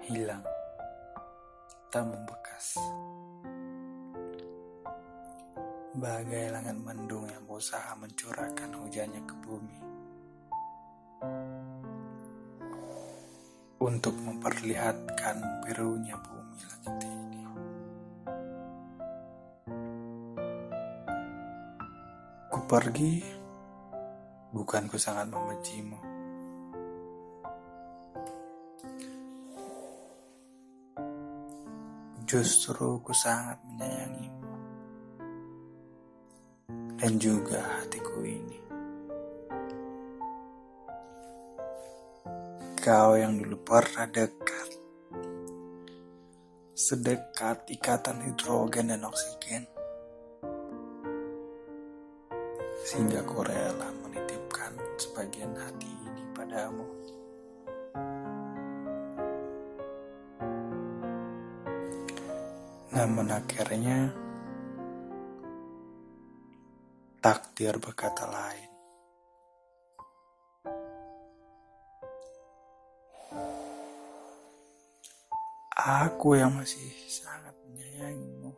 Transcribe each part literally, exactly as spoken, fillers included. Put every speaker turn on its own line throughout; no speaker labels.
hilang, tak membekas. Bagai langit mendung yang berusaha mencurahkan hujannya ke bumi untuk memperlihatkan birunya bumi langit ini. Ku pergi, bukan ku sangat membencimu. Justru ku sangat menyayangimu. Dan juga hatiku ini. Kau yang dulu pernah dekat, sedekat ikatan hidrogen dan oksigen, sehingga ku rela menitipkan sebagian hati ini padamu. Namun akhirnya takdir berkata lain. Aku yang masih sangat menyayangimu.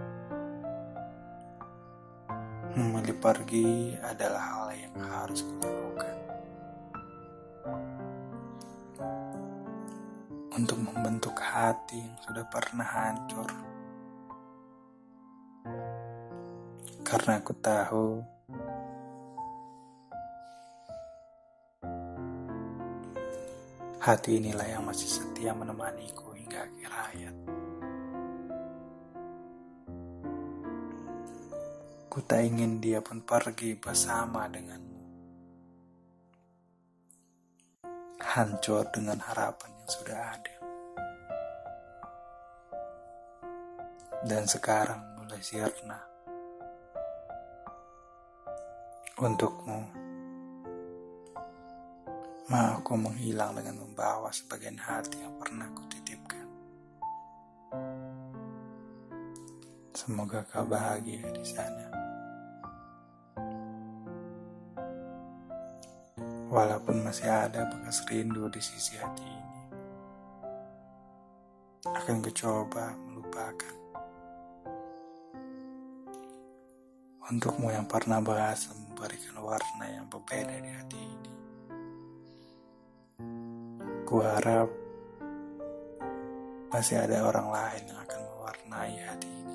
Memilih pergi adalah hal yang harus kulakukan untuk membentuk hati yang sudah pernah hancur. Karena aku tahu hati inilah yang masih setia menemaniku hingga akhir hayat. Ku tak ingin dia pun pergi bersama denganmu. Hancur dengan harapan yang sudah ada. Dan sekarang mulai sirna. Untukmu, mau aku menghilang dengan membawa sebagian hati yang pernah kutitipkan. Semoga kau bahagia di sana. Walaupun masih ada bekas rindu di sisi hati ini, akan kucoba melupakan. Untukmu yang pernah berhasil memberikan warna yang berbeda di hati ini, ku harap masih ada orang lain yang akan mewarnai hati ini.